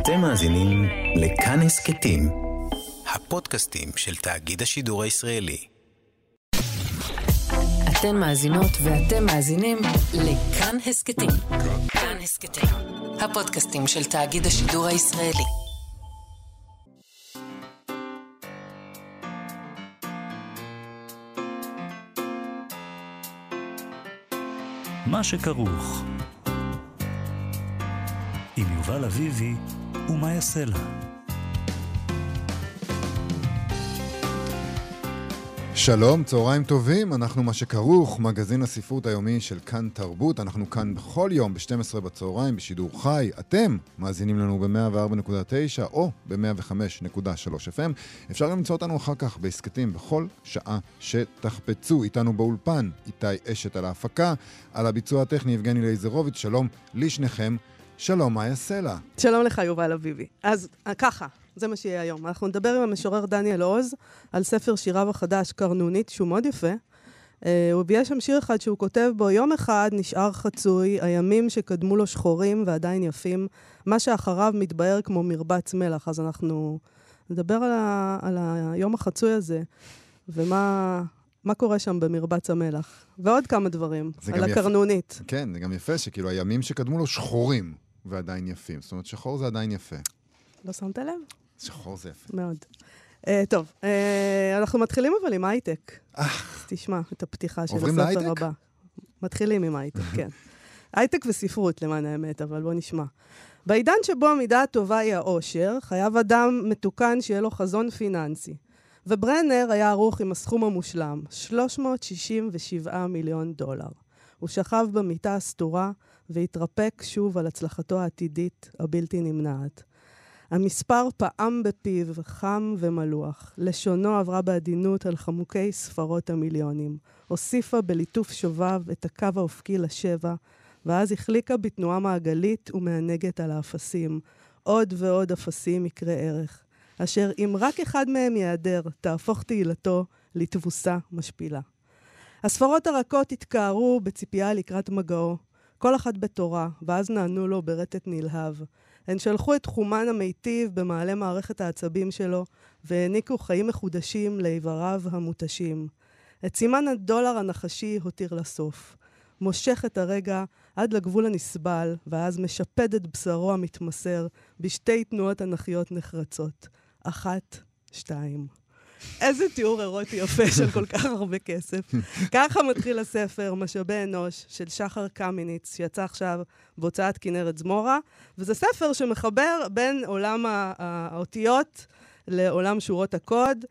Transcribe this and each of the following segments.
אתם מאזינים לכאן הסכתים, הפודקאסטים של תאגיד השידור הישראלי. אתן מאזינות ואתם מאזינים לכאן הסכתים. כאן הסכתים, הפודקאסטים של תאגיד השידור הישראלי. מה שכרוך עם יובל אביבי ומה יעשה לה. שלום, צהריים טובים, אנחנו מה שכרוך, מגזין הספרות היומי של כאן תרבות. אנחנו כאן בכל יום ב-12 בצהריים בשידור חי. אתם מאזינים לנו ב-104.9 או ב-105.3 FM. אפשר גם למצוא אותנו אחר כך בהסכתים בכל שעה שתחפצו. איתנו באולפן איתי אשת על ההפקה, על הביצוע הטכני יבגני לייזרוביץ'. שלום לשניכם. שלום, מה יעשה לה? שלום לך יובל אביבי. אז ככה, זה מה שיהיה היום. אנחנו נדבר עם המשורר דניאל עוז על ספר שיריו החדש קרנונית, שהוא מאוד יפה. ויש שם שיר אחד שהוא כותב בו, יום אחד נשאר חצוי, הימים שקדמו לו שחורים ועדיין יפים, מה שאחריו מתבהר כמו מרבץ מלח. אז אנחנו נדבר על היום החצוי הזה, ומה קורה שם במרבץ המלח. ועוד כמה דברים, על הקרנונית. כן, זה גם יפה שכאילו הימים שקדמו לו שחורים ועדיין יפים. זאת אומרת, שחור זה עדיין יפה. לא שמת לב? שחור זה יפה. מאוד. טוב, אנחנו מתחילים אבל עם הייטק. תשמע את הפתיחה של הספר הבא. מתחילים עם הייטק, כן. הייטק וספרות למען האמת, אבל בוא נשמע. בעידן שבו המידה הטובה היא האושר, חייב אדם מתוקן שיהיה לו חזון פיננסי. וברנר היה ערוך עם הסכום המושלם, $367 מיליון. הוא שכב במיטה הסתורה והתרפק שוב על הצלחתו העתידית הבלתי נמנעת. המספר פעם בפיו, חם ומלוח. לשונו עברה בעדינות על חמוקי ספרות המיליונים. הוסיפה בליטוף שובב את הקו האופקי לשבע, ואז החליקה בתנועה מעגלית ומענגת על האפסים. עוד ועוד אפסים יקרה ערך, אשר אם רק אחד מהם יעדר, תהפוך תהילתו לתבוסה משפילה. הספרות הרכות התקערו בציפייה לקראת מגעו, כל אחת בתורה, ואז נענו לו ברטט נלהב. הן שלחו את חומן המיטיב במעלה מערכת העצבים שלו, והעניקו חיים מחודשים לאיבריו המותשים. את סימן הדולר הנחשי הותיר לסוף. מושך את הרגע עד לגבול הנסבל, ואז משפד את בשרו המתמסר בשתי תנועות אנכיות נחרצות. 1, 2. איזה תיאור אירוטי יפה של כל כך הרבה כסף. ככה מתחיל הספר, משאבי אנוש, של שחר קמיניץ, שיצא עכשיו בהוצאת כנרת זמורה, וזה ספר שמחבר בין עולם האותיות לעולם שורות הקוד,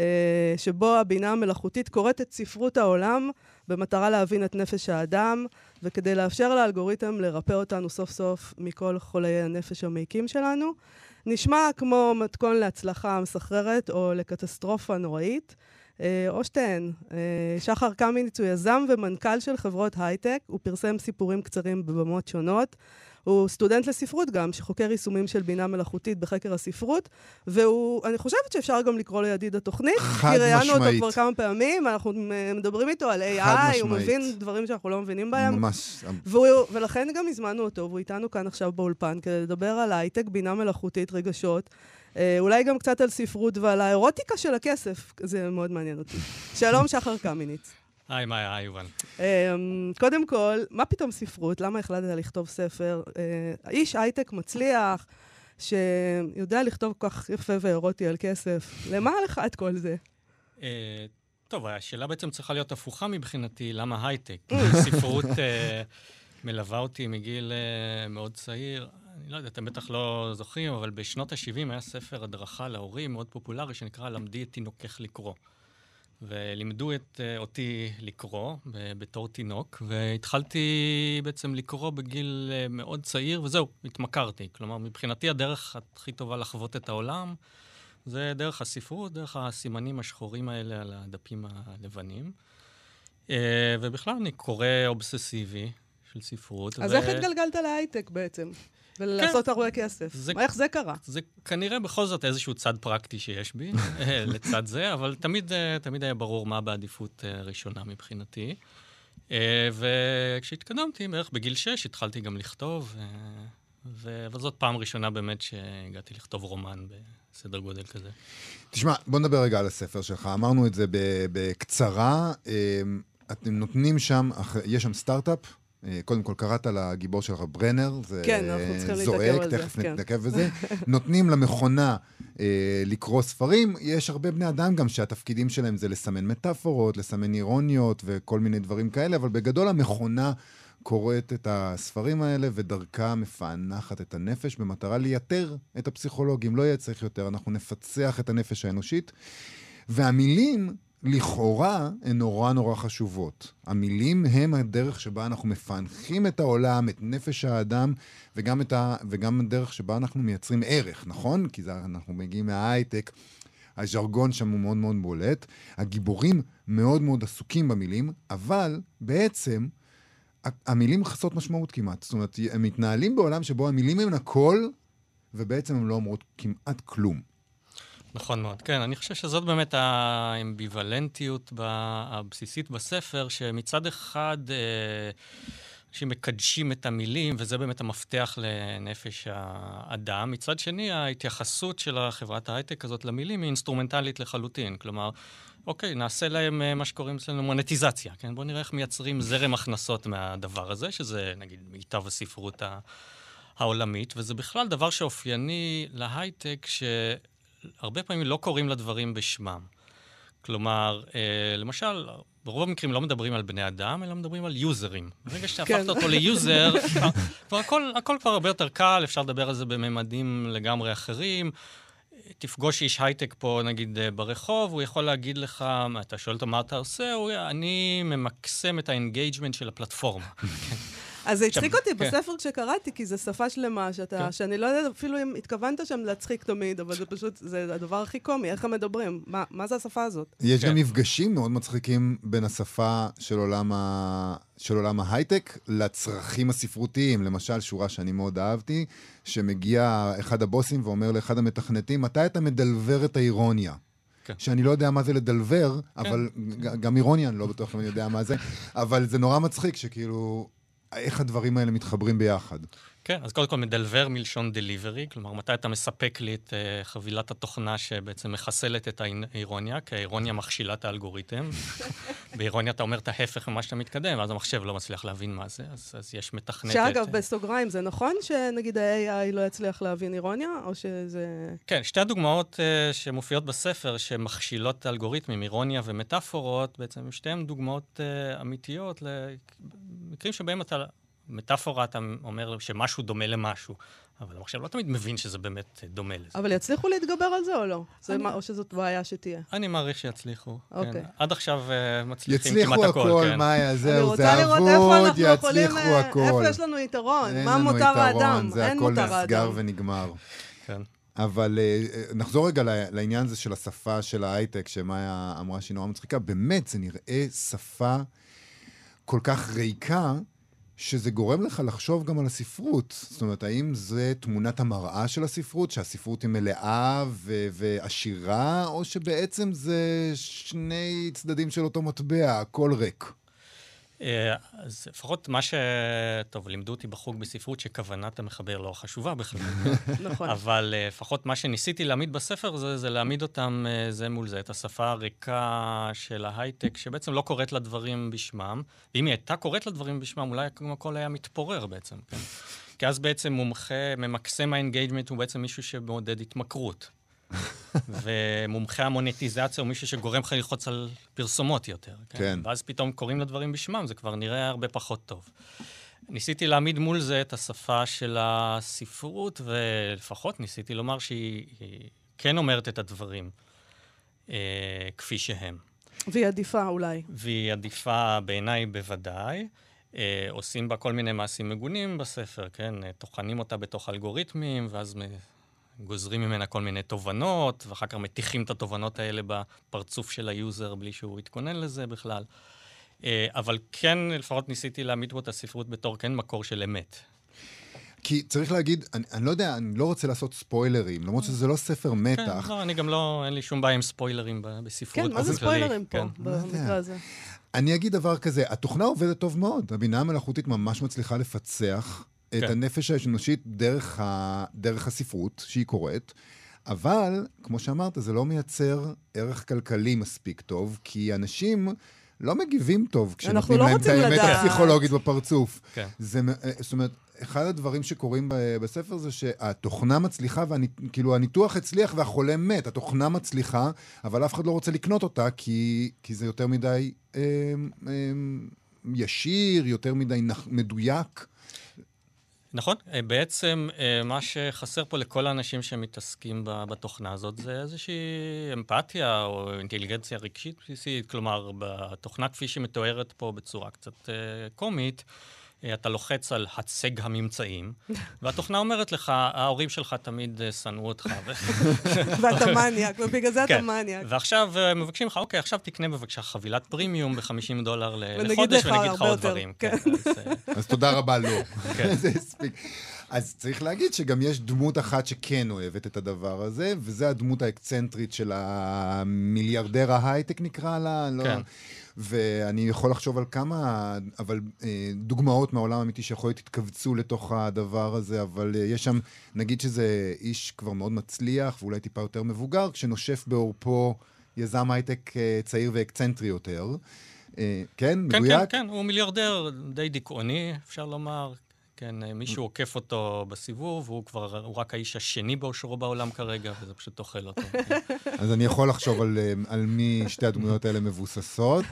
שבו הבינה המלאכותית קוראת את ספרות העולם, במטרה להבין את נפש האדם, וכדי לאפשר לאלגוריתם לרפא אותנו סוף סוף מכל חולי הנפש המעיקים שלנו. נשמע כמו מתכון להצלחה מסחררת או לקטסטרופה נוראית, או שתיהן. שחר קמיניץ הוא יזם ומנכ"ל של חברות הייטק, הוא פרסם סיפורים קצרים בבמות שונות, הוא סטודנט לספרות גם, שחוקר יישומים של בינה מלאכותית בחקר הספרות, אני חושבת שאפשר גם לקרוא לו ידיד התוכנית, כי ראיינו אותו כבר כמה פעמים, אנחנו מדברים איתו על AI, הוא מבין דברים שאנחנו לא מבינים בהם. ממש. ולכן גם הזמנו אותו, והוא איתנו כאן עכשיו באולפן, כדי לדבר על הייטק, בינה מלאכותית, רגשות, אולי גם קצת על ספרות ועל האירוטיקה של הכסף, זה מאוד מעניין אותי. שלום שחר קמיניץ. היי, מאיה, היי, יובל. קודם כל, מה פתאום ספרות? למה החלטת לכתוב ספר? איש הייטק מצליח, שיודע לכתוב כל כך יפה ואירוטי על כסף. למה לך את כל זה? טוב, השאלה בעצם צריכה להיות הפוכה מבחינתי, למה הייטק? ספרות מלווה אותי מגיל מאוד צעיר. אני לא יודע, אתם בטח לא זוכרים, אבל בשנות ה-70 היה ספר הדרכה להורים מאוד פופולרי, שנקרא למדי את תינוקך לקרוא. ולימדו אותי לקרוא בתור תינוק, והתחלתי בעצם לקרוא בגיל מאוד צעיר, וזהו, התמכרתי. כלומר, מבחינתי הדרך הכי טובה לחוות את העולם, זה דרך הספרות, דרך הסימנים השחורים האלה על הדפים הלבנים. ובכלל אני קורא אובססיבי של ספרות. אז איך התגלגלת להייטק בעצם? ולעשות הרבה כסף. איך זה קרה? זה כנראה בכל זאת איזשהו צד פרקטי שיש בי, לצד זה, אבל תמיד היה ברור מה בעדיפות ראשונה מבחינתי. וכשהתקדמתי, בערך בגיל 6, התחלתי גם לכתוב, וזאת פעם ראשונה באמת שהגעתי לכתוב רומן בסדר גודל כזה. תשמע, בוא נדבר רגע על הספר שלך. אמרנו את זה בקצרה. אתם נותנים שם, יש שם סטארט-אפ. קודם כל קראת לגיבור שלך ברנר, זה כן, אנחנו צריכים זועק, תכף נתעכב בזה. נותנים למכונה לקרוא ספרים. יש הרבה בני אדם גם שהתפקידים שלהם זה לסמן מטאפורות, לסמן אירוניות וכל מיני דברים כאלה, אבל בגדול המכונה קוראת את הספרים האלה ודרכה מפענחת את הנפש במטרה לייתר את הפסיכולוגים. לא יהיה צריך יותר, אנחנו נפצח את הנפש האנושית. והמילים לכאורה הן נורא נורא חשובות. המילים הם הדרך שבה אנחנו מפענחים את העולם, את נפש האדם, וגם הדרך שבה אנחנו מייצרים ערך, נכון? כי אנחנו מגיעים מההייטק, הז'רגון שם הוא מאוד מאוד בולט. הגיבורים מאוד מאוד עסוקים במילים, אבל בעצם המילים חסות משמעות כמעט. זאת אומרת, הם מתנהלים בעולם שבו המילים הם הכל, ובעצם הם לא אומרות כמעט כלום. נכון מאוד, כן. אני חושב שזאת באמת האמביוולנטיות הבסיסית בספר, שמצד אחד אנשים מקדשים את המילים, וזה באמת המפתח לנפש האדם. מצד שני, ההתייחסות של חברת ההייטק הזאת למילים היא אינסטרומנטלית לחלוטין. כלומר, אוקיי, נעשה להם מה שקוראים אצלנו מונטיזציה, כן? בואו נראה איך מייצרים זרם הכנסות מהדבר הזה, שזה נגיד מיטב הספרות העולמית, וזה בכלל דבר שאופייני להייטק, שהרבה פעמים לא קוראים לדברים בשמם. כלומר, למשל, ברוב המקרים לא מדברים על בני אדם, אלא מדברים על יוזרים. ברגע שהפכת אותו ליוזר, הכל כבר הרבה יותר קל, אפשר לדבר על זה בממדים לגמרי אחרים. תפגוש איש הייטק פה, נגיד, ברחוב, הוא יכול להגיד לך, אתה שואל אותו מה אתה עושה, אני ממקסם את האנגייג'מנט של הפלטפורמה. אז זה הצחיק אותי בספר כשקראתי, כי זו שפה שלמה, שאני לא יודעת אפילו אם התכוונת שם להצחיק תמיד, אבל זה פשוט, זה הדבר הכי קומי, איך הם מדברים? מה זה השפה הזאת? יש גם מפגשים מאוד מצחיקים בין השפה של עולם ההייטק לצרכים הספרותיים. למשל, שורה שאני מאוד אהבתי, שמגיע אחד הבוסים ואומר לאחד המתכנתים, מתי אתה מדלבר את האירוניה? שאני לא יודע מה זה לדלבר, אבל גם אירוניה, אני לא בטוח אם אני יודע מה זה, אבל זה נורא מצחיק שכאילו איך הדברים האלה מתחברים ביחד. כן, אז קודם כל מדלבר מלשון דליברי, כלומר, מתי אתה מספק לי את חבילת התוכנה שבעצם מחסלת את האירוניה, כי האירוניה מכשילה את האלגוריתם. באירוניה אתה אומר את ההפך ממה שאתה מתקדם, ואז המחשב לא מצליח להבין מה זה, אז יש מתכנתת. שאגב, בסוגריים, זה נכון שנגיד ה-AI לא יצליח להבין אירוניה, או שזה... כן, שתי הדוגמאות שמופיעות בספר, שמכשילות את האלגוריתמים, אירוניה ומטאפורות, בעצם שתיהן דוגמאות אמיתיות למקרים שבהם אתה... מטאפורה, אתה אומר שמשהו דומה למשהו, אבל המחשב לא תמיד מבין שזה באמת דומה לזה. אבל יצליחו להתגבר על זה או לא? או שזאת בעיה שתהיה? אני מעריך שיצליחו. אוקיי. עד עכשיו מצליחים כמעט הכל. יצליחו הכל, מאיה, זהו, זה אבוד, יצליחו הכל. איפה יש לנו יתרון? מה מותר האדם? זה הכל נסגר ונגמר. כן. אבל נחזור רגע לעניין הזה של השפה של ההייטק, שמאיה אמרה שהיא נורא מצחיקה. באמת, זה נראה שפה כל כך ריקה, שזה גורם לך לחשוב גם על הספרות. זאת אומרת, האם זה תמונת המראה של הספרות, שהספרות היא מלאה ועשירה, או שבעצם זה שני צדדים של אותו מטבע, הכל ריק? אז לפחות מה טוב, לימדו אותי בחוג בספרות שכוונת המחבר לא חשובה בכלל. נכון. אבל לפחות מה שניסיתי להעמיד בספר זה להעמיד אותם זה מול זה, את השפה הריקה של ההייטק, שבעצם לא קוראת לדברים בשמם, ואם היא הייתה קוראת לדברים בשמם, אולי הכל היה מתפורר בעצם, כן? כי אז בעצם ממקסם האנגייג'מנט הוא בעצם מישהו שמעודד התמכרות. ומומחה המונטיזציה הוא מישהו שגורם לך ללחוץ על פרסומות יותר. כן? ואז פתאום קוראים לדברים בשמם, זה כבר נראה הרבה פחות טוב. ניסיתי להעמיד מול זה את השפה של הספרות, ולפחות ניסיתי לומר שהיא כן אומרת את הדברים כפי שהם. והיא עדיפה אולי. והיא עדיפה בעיניי בוודאי. עושים בה כל מיני מעשים מגונים בספר, כן? תוכנים אותה בתוך אלגוריתמים, ואז גוזרים ממנה כל מיני תובנות, ואחר כך מתיחים את התובנות האלה בפרצוף של היוזר, בלי שהוא יתכונן לזה בכלל. אבל כן, לפחות ניסיתי להעמיד בו את הספרות בתור כן מקור של אמת. כי צריך להגיד, אני לא יודע, אני לא רוצה לעשות ספוילרים, למרות שזה לא ספר מתח. כן, לא, אני גם לא, אין לי שום בעיה עם ספוילרים בספרות. כן, מה זה ספוילרים פה, במקרה הזה? אני אגיד דבר כזה, התוכנה עובדת טוב מאוד, הבינה המלאכותית ממש מצליחה לפצח את הנפש האנושית דרך הספרות שהיא קוראת, אבל, כמו שאמרת, זה לא מייצר ערך כלכלי מספיק טוב, כי אנשים לא מגיבים טוב כשנותנים להם את האמת הפסיכולוגית בפרצוף. כן. זאת אומרת, אחד הדברים שקורים בספר זה שהתוכנה מצליחה, כאילו הניתוח הצליח והחולה מת. התוכנה מצליחה, אבל אף אחד לא רוצה לקנות אותה, כי זה יותר מדי ישיר, יותר מדי מדויק. נכון. בעצם מה שחסר פה לכל האנשים שמתעסקים בתוכנה הזאת, זה איזושהי אמפתיה או אינטליגנציה רגשית בסיסית. כלומר, בתוכנה כפי שמתוארת פה בצורה קצת קומית, אתה לוחץ על הצג הממצאים, והתוכנה אומרת לך, ההורים שלך תמיד שנאו אותך. ואתה מניאק, ובגלל זה אתה מניאק. ועכשיו מבקשים לך, אוקיי, עכשיו תקנה בבקשה חבילת פרימיום $50 לחודש, ונגיד לך עוד דברים. אז תודה רבה, לא. זה הספיק. אז צריך להגיד שגם יש דמות אחת שכן אוהבת את הדבר הזה, וזה הדמות האקצנטרית של המיליארדר ההייטק נקרא לה. כן. ואני יכול לחשוב על כמה, אבל דוגמאות מהעולם האמיתי שיכול להיות התכווצו לתוך הדבר הזה, אבל יש שם, נגיד שזה איש כבר מאוד מצליח, ואולי טיפה יותר מבוגר, כשנושף בעורפו יזם הייטק צעיר ואקצנטרי יותר. כן, מדויק? כן, כן, הוא מיליארדר די דיכאוני, אפשר לומר. כן, מישהו עוקף אותו בסיבוב, הוא רק האיש השני באושרו בעולם כרגע, וזה פשוט אוכל אותו. אז אני יכול לחשוב על מי שתי הדמויות האלה מבוססות,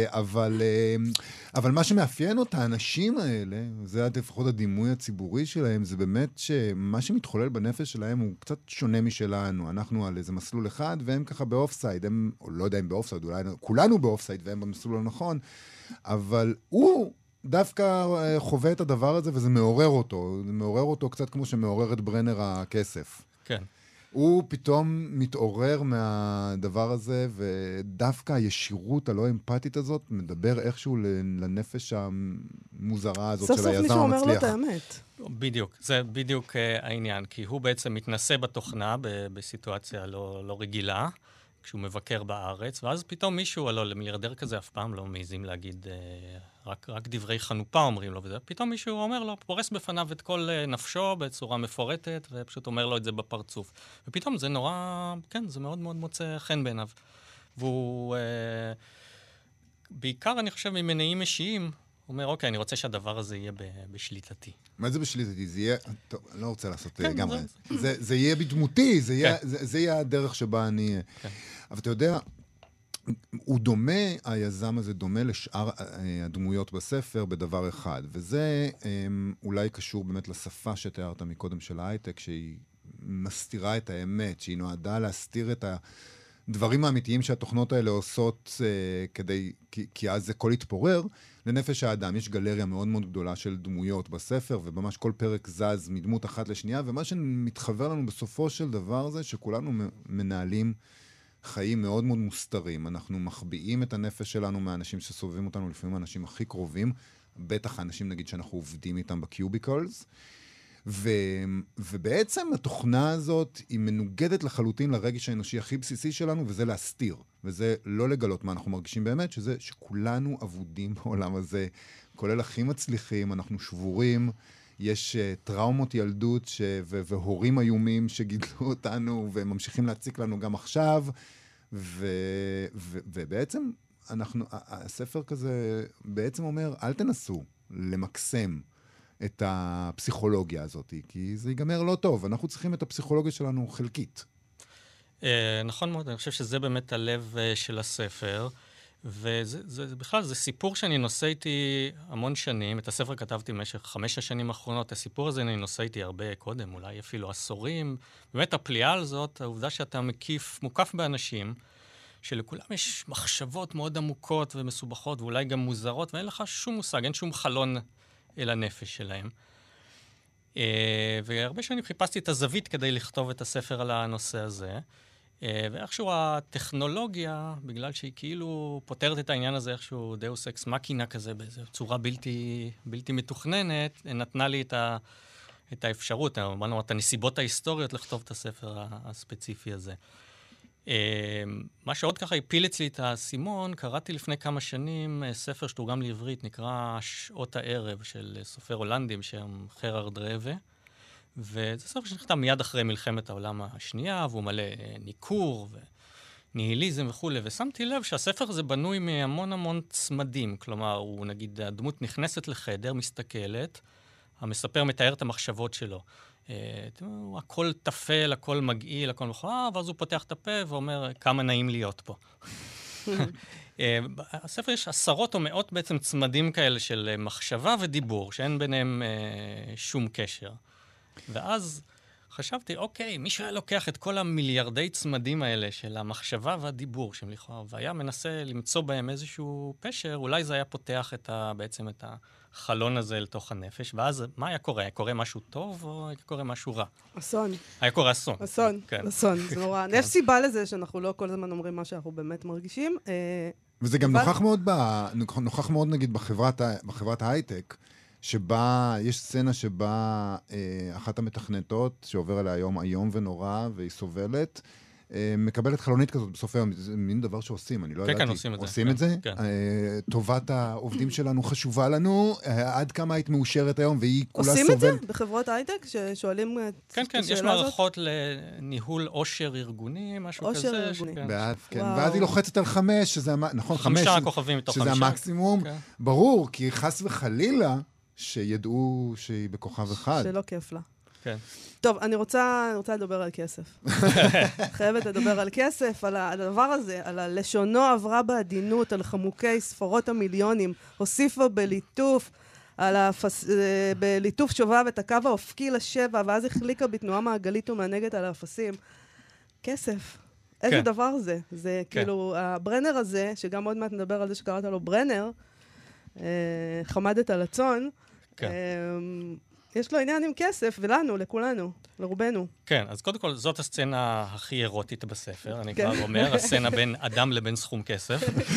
אבל מה שמאפיין אותה, האנשים האלה, זה לפחות הדימוי הציבורי שלהם, זה באמת שמה שמתחולל בנפש שלהם הוא קצת שונה משלנו. אנחנו על איזה מסלול אחד, והם ככה באופסייד, הם, או לא יודע אם באופסייד, אולי כולנו באופסייד, והם במסלול הנכון, אבל הוא דווקא חווה את הדבר הזה, וזה מעורר אותו. זה מעורר אותו קצת כמו שמעורר את ברנר הכסף. כן. הוא פתאום מתעורר מהדבר הזה, ודווקא הישירות הלא אמפתית הזאת מדבר איכשהו לנפש המוזרה הזאת של היזם המצליח. סוף סוף מישהו אומר לו את האמת. בדיוק, זה בדיוק העניין, כי הוא בעצם מתנסה בתוכנה בסיטואציה לא רגילה, כשהוא מבקר בארץ, ואז פתאום מישהו, למיליארדר כזה אף פעם לא מעיזים להגיד, רק דברי חנופה אומרים לו, וזה פתאום מישהו אומר לו, פורס בפניו את כל נפשו בצורה מפורטת, ופשוט אומר לו את זה בפרצוף. ופתאום זה נורא, כן, זה מאוד מאוד מוצא חן בעיניו. והוא, בעיקר אני חושב, ממניעים אישיים, הוא אומר, אוקיי, אני רוצה שהדבר הזה יהיה בשליטתי. מה זה בשליטתי? זה יהיה, טוב, אני לא רוצה לעשות גם זה יהיה בדמותי, זה יהיה הדרך שבה אני... אבל אתה יודע, הוא דומה, היזם הזה דומה לשאר הדמויות בספר בדבר אחד, וזה אולי קשור באמת לשפה שתיארת מקודם של ההייטק, שהיא מסתירה את האמת, שהיא נועדה להסתיר את הדברים האמיתיים שהתוכנות האלה עושות כי אז זה כל התפורר. לנפש האדם יש גלריה מאוד מאוד גדולה של דמויות בספר, וממש כל פרק זז מדמות אחת לשנייה, ומה שמתחבר לנו בסופו של דבר זה שכולנו מנהלים חיים מאוד מאוד מוסתרים. אנחנו מחביאים את הנפש שלנו מהאנשים שסובבים אותנו, לפעמים האנשים הכי קרובים, בטח האנשים נגיד שאנחנו עובדים איתם בקיוביקלס, ובעצם התוכנה הזאת היא מנוגדת לחלוטין לרגש האנושי הכי בסיסי שלנו, וזה להסתיר, וזה לא לגלות מה אנחנו מרגישים באמת, שזה שכולנו עבודים בעולם הזה, כולל הכי מצליחים, אנחנו שבורים, יש טראומות ילדות והורים איומים שגידלו אותנו וממשיכים להציק לנו גם עכשיו, ובעצם הספר כזה בעצם אומר, אל תנסו למקסם את הפסיכולוגיה הזאת, כי זה ייגמר לא טוב. אנחנו צריכים את הפסיכולוגיה שלנו חלקית. נכון מאוד, אני חושב שזה באמת הלב של הספר, ובכלל, זה סיפור שאני נושא איתי המון שנים. את הספר כתבתי במשך 5 השנים האחרונות. הסיפור הזה אני נושא איתי הרבה קודם, אולי אפילו עשורים. באמת הפליאה על זאת, העובדה שאתה מוקף באנשים, שלכולם יש מחשבות מאוד עמוקות ומסובכות, ואולי גם מוזרות, ואין לך שום מושג, אין שום חלון אל הנפש שלהם. והרבה שנים חיפשתי את הזווית כדי לכתוב את הספר על הנושא הזה. ואיכשהו הטכנולוגיה, בגלל שהיא כאילו פותרת את העניין הזה, איכשהו דאוס אקס מאקינה כזה, באיזו צורה בלתי מתוכננת, נתנה לי את האפשרות, את הנסיבות ההיסטוריות לכתוב את הספר הספציפי הזה. מה שעוד ככה הפיל אצלי את הסימון, קראתי לפני כמה שנים ספר שתורגם לעברית, נקרא שעות הערב של סופר הולנדי בשם חררד רבה, וזה ספר שנכתב מיד אחרי מלחמת העולם השנייה, והוא מלא ניכור וניהיליזם וכו', ושמתי לב שהספר הזה בנוי מהמון המון צמדים, כלומר, הוא נגיד, הדמות נכנסת לחדר, מסתכלת, המספר מתאר את המחשבות שלו. הכל תפל, הכל מגעיל, הכל מכוער, ואז הוא פותח את הפה ואומר, כמה נעים להיות פה. בספר יש עשרות או מאות בעצם צמדים כאלה של מחשבה ודיבור, שאין ביניהם שום קשר. ואז חשבתי, אוקיי, מישהו היה לוקח את כל המיליארדי צמדים האלה של המחשבה והדיבור שהם לכאורה, והיה מנסה למצוא בהם איזשהו פשר, אולי זה היה פותח בעצם את החלון הזה לתוך הנפש, ואז מה היה קורה? היה קורה משהו טוב או היה קורה משהו רע? אסון. היה קורה אסון. אסון, כן. אסון, זה נורא. יש סיבה לזה שאנחנו לא כל הזמן אומרים מה שאנחנו באמת מרגישים. וזה גם נוכח מאוד נגיד בחברת ההייטק, שבה, יש סצנה שבה אחת המתכנתות, שעובר עליה היום איום ונורא, והיא סובלת, מקבלת חלונית כזאת בסוף היום. זה מין דבר שעושים, אני לא ידעתי. כן, עושים את זה. עושים את זה? כן. טובת העובדים שלנו חשובה לנו, עד כמה היית מאושרת היום, והיא כולה סובלת. עושים את זה בחברות הייטק, ששואלים את השאלה הזאת? כן, יש מערכות לניהול עושר ארגוני, משהו כזה. עושר ארגוני. כן, ואז היא לוחצת על 5, שזה, נכון, 5, כוכבים מתוך 5. שזה המקסימום. ברור, כי חס וחלילה, שידעו שהיא בכוכב אחד. שלא כיף לה. כן. טוב, אני רוצה לדבר על כסף. חייבת לדבר על כסף, על הדבר הזה, על הלשונו עברה בעדינות, על חמוקי ספרות המיליונים, הוסיפה בליטוף, בליטוף שובב את הקו האופקי לשבע, ואז החליקה בתנועה מעגלית ומענגת על האפסים. כסף. איזה דבר זה? זה כאילו, הברנר הזה, שגם עוד מעט נדבר על זה שקראת לו ברנר, חמדת על הצאן, יש לו עניין עם כסף, ולנו, לכולנו, לרובנו. כן, אז קודם כל, זאת הסצנה הכי אירוטית בספר, אני כבר אומר, הסצנה בין אדם לבין סכום כסף.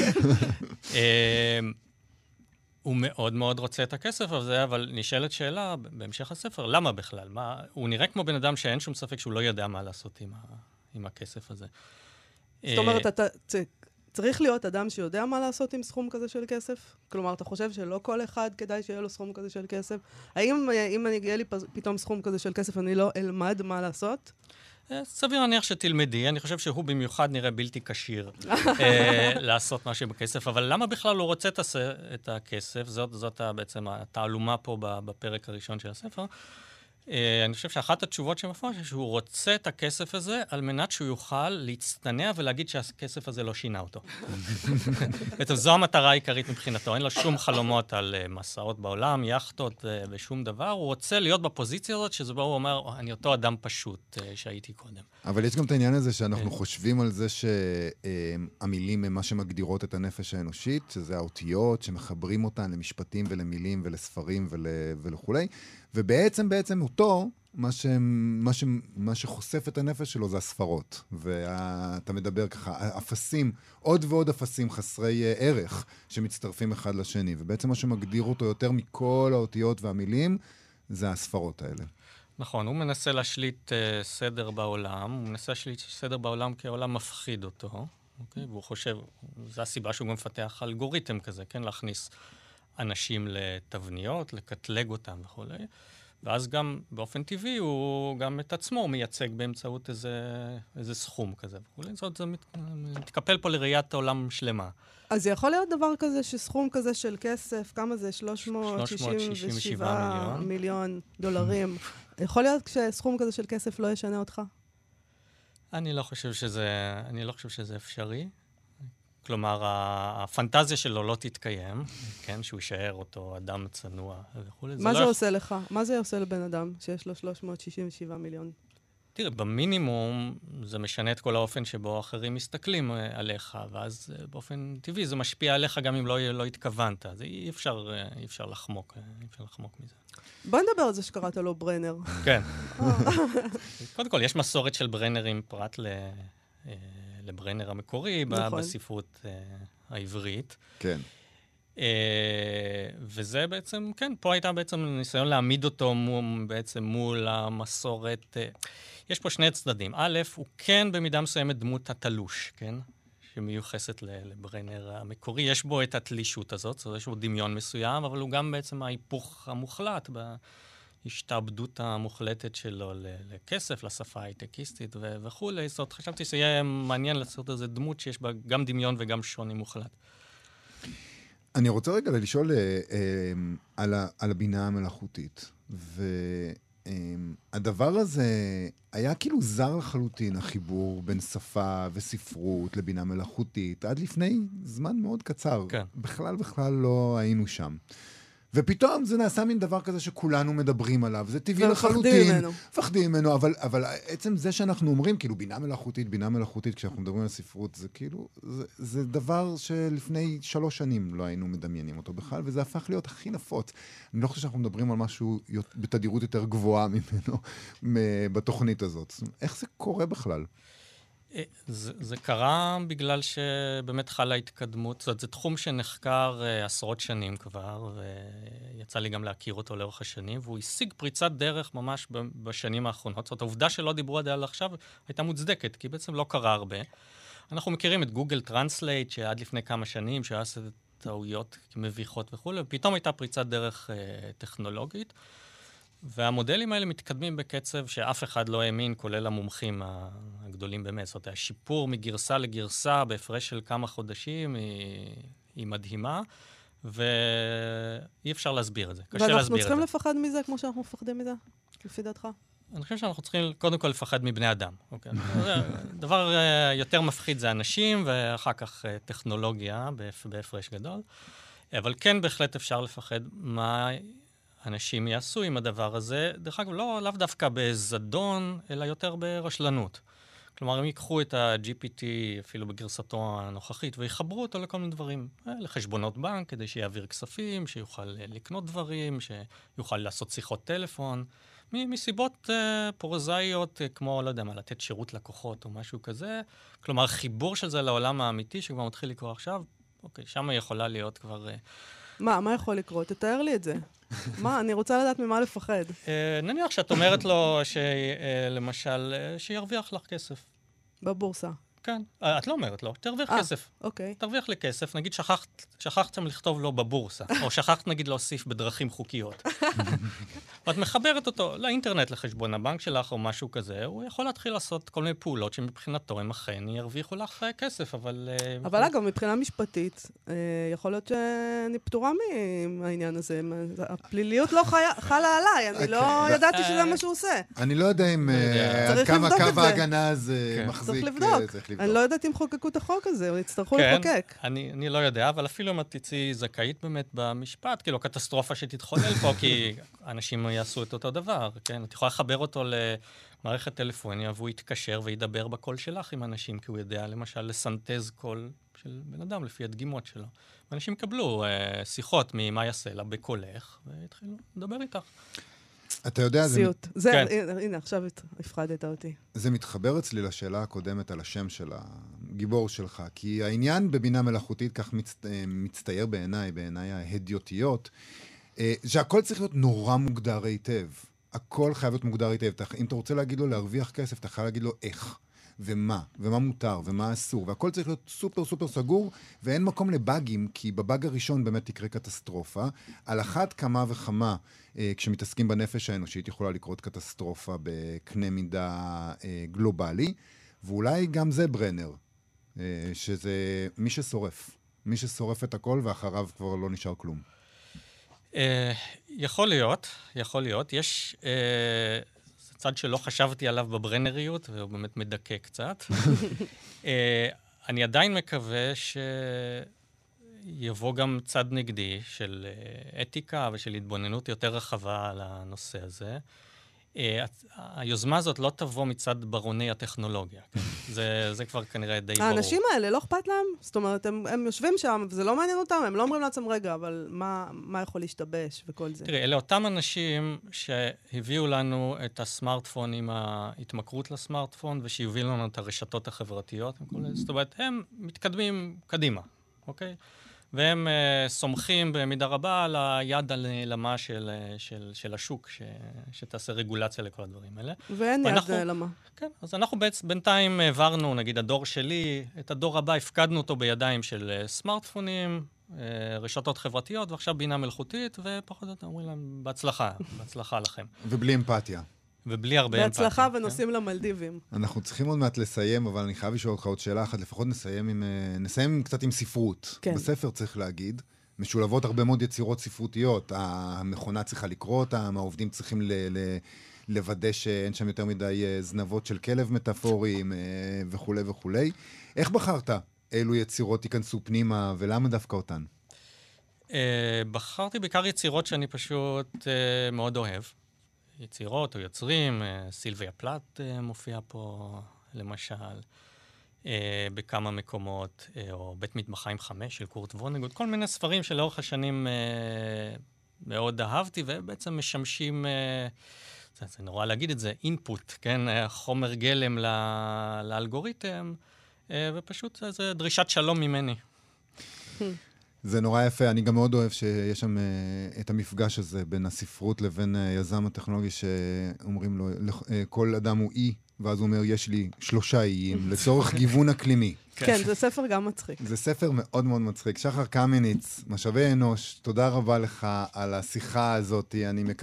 הוא מאוד מאוד רוצה את הכסף הזה, אבל נשאלת שאלה בהמשך הספר, למה בכלל? הוא נראה כמו בן אדם שאין שום ספק שהוא לא יודע מה לעשות עם הכסף הזה. זאת אומרת, אתה צריך להיות אדם שיודע מה לעשות עם סכום כזה של כסף? כלומר, אתה חושב שלא כל אחד כדאי שיהיה לו סכום כזה של כסף? האם אם אני אגיע לי פתאום סכום כזה של כסף, אני לא אלמד מה לעשות? סביר להניח שתלמדי, אני חושב שהוא במיוחד נראה בלתי קשיר לעשות משהו בכסף, אבל למה בכלל הוא רוצה את הכסף? זאת בעצם התעלומה פה בפרק הראשון של הספר. אני חושב שאחת התשובות שמפורש, שהוא רוצה את הכסף הזה על מנת שהוא יוכל להצטנע ולהגיד שהכסף הזה לא שינה אותו. בעצם זו המטרה העיקרית מבחינתו, אין לו שום חלומות על מסעות בעולם, יאכטות ושום דבר, הוא רוצה להיות בפוזיציה הזאת, שזה בו הוא אומר, אני אותו אדם פשוט שהייתי קודם. אבל יש גם את העניין הזה שאנחנו חושבים על זה שהמילים הם מה שמגדירות את הנפש האנושית, שזה האותיות שמחברים אותן למשפטים ולמילים ולספרים ולכולי, ובעצם אותו, מה שחושף את הנפש שלו זה הספרות. ואתה מדבר ככה, אפסים, עוד ועוד אפסים חסרי ערך שמצטרפים אחד לשני. ובעצם מה שמגדיר אותו יותר מכל האותיות והמילים, זה הספרות האלה. נכון, הוא מנסה להשליט סדר בעולם, הוא מנסה להשליט סדר בעולם כעולם מפחיד אותו, אוקיי? והוא חושב, זו הסיבה שהוא גם מפתח אלגוריתם כזה, כן? להכניס אנשים לתבניות, לקטלג אותם וכו'. ואז גם באופן טבעי הוא גם את עצמו מייצג באמצעות איזה סכום כזה. זאת מתקפל פה לראיית העולם שלמה. אז זה יכול להיות דבר כזה שסכום כזה של כסף, כמה זה? 367 מיליון דולרים. יכול להיות שסכום כזה של כסף לא ישנה אותך? אני לא חושב שזה אפשרי. כלומר, הפנטזיה שלו לא תתקיים, כן? שהוא יישאר אותו אדם צנוע וכו'. מה זה עושה לך? מה זה עושה לבן אדם שיש לו 367 מיליון? תראה, במינימום זה משנה את כל האופן שבו אחרים מסתכלים עליך, ואז באופן טבעי זה משפיע עליך גם אם לא התכוונת. אז אי אפשר לחמוק מזה. בוא נדבר על זה שקראת לו ברנר. כן. קודם כל, יש מסורת של ברנרים פרט לברנר המקורי בספרות העברית. כן. וזה בעצם, כן, פה הייתה בעצם ניסיון להעמיד אותו בעצם מול המסורת. יש פה שני צדדים. א', הוא כן במידה מסוימת דמות התלוש, כן? שמיוחסת לברנר המקורי. יש בו את התלישות הזאת, זאת אומרת, יש בו דמיון מסוים, אבל הוא גם בעצם ההיפוך המוחלט בהשתעבדות המוחלטת שלו לכסף, לשפה ההייטקיסטית וכו'. זאת אומרת, חשבתי שיהיה מעניין לעשות איזו דמות שיש בה גם דמיון וגם שוני מוחלט. אני רוצה רגע לשאול על הבינה המלאכותית, והדבר הזה היה כאילו זר לחלוטין, החיבור בין שפה וספרות לבינה מלאכותית, עד לפני זמן מאוד קצר. כן. בכלל לא היינו שם. ופתאום זה נעשה מין דבר כזה שכולנו מדברים עליו, זה טבעי לחלוטין. מפחדים ממנו, אבל עצם זה שאנחנו אומרים, כאילו, בינה מלאכותית, כשאנחנו מדברים על ספרות, זה כאילו, זה דבר שלפני 3 שנים לא היינו מדמיינים אותו בכלל, וזה הפך להיות הכי נפוץ. אני לא חושב שאנחנו מדברים על משהו בתדירות יותר גבוהה ממנו בתוכנית הזאת. איך זה קורה בכלל? זה קרה בגלל שבאמת חלה התקדמות. זאת אומרת, זה תחום שנחקר עשרות שנים כבר, ויצא לי גם להכיר אותו לאורך השנים, והוא השיג פריצת דרך ממש בשנים האחרונות. זאת אומרת, העובדה שלא דיברו עד עכשיו הייתה מוצדקת, כי בעצם לא קרה הרבה. אנחנו מכירים את גוגל טרנסלייט, שעד לפני כמה שנים, שהיה עושה טעויות מביכות וכו', ופתאום הייתה פריצת דרך טכנולוגית. והמודלים האלה מתקדמים בקצב שאף אחד לא האמין, כולל המומחים הגדולים באמת. זאת אומרת, השיפור מגרסה לגרסה בהפרש של כמה חודשים היא מדהימה, ואי אפר להסביר את זה. קשה להסביר את זה. ואנחנו צריכים לפחד מזה כמו שאנחנו מפחדים מזה, לפי דעתך? אני חושב שאנחנו צריכים קודם כל לפחד מבני אדם. אוקיי? דבר יותר מפחיד זה אנשים, ואחר כך טכנולוגיה בהפרש גדול. אבל כן בהחלט אפשר לפחד מה אנשים יעשו עם הדבר הזה, דרך אגב, לאו דווקא בזדון, אלא יותר ברשלנות. כלומר, הם ייקחו את ה-GPT, אפילו בגרסתו הנוכחית, ויחברו אותו לכל מיני דברים, לחשבונות בנק, כדי שיעביר כספים, שיוכל לקנות דברים, שיוכל לעשות שיחות טלפון, מסיבות פורזאיות, כמו, לא יודע מה, לתת שירות לקוחות או משהו כזה. כלומר, חיבור של זה לעולם האמיתי, שכבר מתחיל לקרוא עכשיו, אוקיי, שם יכולה להיות כבר מה יכול לקרות? תתאר לי את זה. מה? אני רוצה לדעת ממה לפחד. נניח שאת אומרת לו, למשל, שירוויח לך כסף. בבורסה. כן. את לא אומרת לו, תרוויח כסף. אוקיי. תרוויח לי כסף, נגיד שכחתם לכתוב לו בבורסה, או שכחת נגיד להוסיף בדרכים חוקיות. ואת מחברת אותו לאינטרנט, לחשבון הבנק שלך או משהו כזה, הוא יכול להתחיל לעשות כל מיני פעולות שמבחינתו הם אכן ירוויחו לך כסף, אבל... אבל אגב, מבחינה משפטית, יכול להיות שאני פטורה מהעניין הזה. הפליליות לא חלה עליי, אני לא ידעתי שזה מה שהוא עושה. אני לא יודע אם כמה קו ההגנה הזה מחזיק. צריך לבדוק. אני לא יודעת אם חוקקו את החוק הזה, או יצטרכו לחוקק. אני לא יודע, אבל אפילו אם את תצאי זכאית באמת במשפט, כאילו קטסטרופה שתתחולל פה, כי אנשים יעשו את אותו דבר, כן? את יכולה לחבר אותו למערכת טלפוניה, והוא יתקשר וידבר בקול שלך עם אנשים, כי הוא יודע למשל לסנטז קול של בן אדם לפי הדגימות שלו. ואנשים יקבלו שיחות ממה יעשה לה בקולך, ויתחילו לדבר איתך. אתה יודע, סיוט. הנה, עכשיו הפחדת אותי. זה מתחבר אצלי לשאלה הקודמת על השם של הגיבור שלך, כי העניין בבינה מלאכותית כך מצטייר בעיניי ההדיוטיות, שהכל צריך להיות נורא מוגדר היטב. הכל חייב להיות מוגדר היטב. אם אתה רוצה להגיד לו להרוויח כסף, אתה חייב להגיד לו איך. ומה מותר, ומה אסור, והכל צריך להיות סופר סופר סגור, ואין מקום לבאגים, כי בבאג הראשון באמת תקרה קטסטרופה. על אחת כמה וכמה, כשמתעסקים בנפש האנושית, יכולה לקרות קטסטרופה בקנה מידה גלובלי, ואולי גם זה ברנר, שזה מי ששורף את הכל, ואחריו כבר לא נשאר כלום. יכול להיות. יש צד שלא חשבתי עליו בברנריות, והוא באמת מדכא קצת. אני עדיין מקווה שיבוא גם צד נגדי של אתיקה ושל התבוננות יותר רחבה על הנושא הזה. היוזמה הזאת לא תבוא מצד ברוני הטכנולוגיה. זה כבר כנראה די ברור. האנשים האלה לא אכפת להם? זאת אומרת, הם יושבים שם, וזה לא מעניין אותם, הם לא אומרים לעצמם רגע, אבל מה יכול להשתבש וכל זה? תראי, אלה אותם אנשים שהביאו לנו את הסמארטפון עם ההתמכרות לסמארטפון, ושהביאו לנו את הרשתות החברתיות. זאת אומרת, הם מתקדמים קדימה, אוקיי? והם סומכים במידה רבה על היד הנעלמה של השוק, שתעשה רגולציה לכל הדברים האלה. ואין יד נעלמה. כן, אז אנחנו בינתיים העברנו, נגיד הדור שלי, את הדור הבא הפקדנו אותו בידיים של סמארטפונים, רשתות חברתיות, ועכשיו בינה מלאכותית, ופחות או יותר אומרים להם, בהצלחה לכם. ובלי אמפתיה. ובלי הרבה אמפתיה. בהצלחה ונוסעים למלדיבים. אנחנו צריכים עוד מעט לסיים, אבל אני חייב לשאול אותך עוד שאלה אחת, לפחות נסיים קצת עם ספרות. כן. בספר צריך להגיד, משולבות הרבה מאוד יצירות ספרותיות, המכונה צריכה לקרוא אותם, העובדים צריכים לוודא שאין שם יותר מדי זנבות של כלב מטאפוריים וכו' וכו'. איך בחרת אילו יצירות ייכנסו פנימה ולמה דווקא אותן? בחרתי בעיקר יצירות שאני פשוט מאוד אוהב. יצירות או יוצרים, סילביה פלט מופיע פה למשל, בכמה מקומות, או בית מטבחיים 5 של קורט וונגוט, כל מיני ספרים שלאורך השנים מאוד אהבתי, ובעצם משמשים, זה נורא להגיד את זה, אינפוט, כן? חומר גלם לאלגוריתם, ופשוט זה דרישת שלום ממני. זה נורא יפה, אני גם מאוד אוהב שיש שם את המפגש הזה בין הספרות לבין יזם הטכנולוגי שאומרים לו, כל אדם הוא אי, ואז הוא אומר, יש לי 3 איים, לצורך גיוון אקלימי. כן, זה ספר גם מצחיק. זה ספר מאוד מאוד מצחיק. שחר קמיניץ, משאבי אנוש, תודה רבה לך על השיחה הזאת.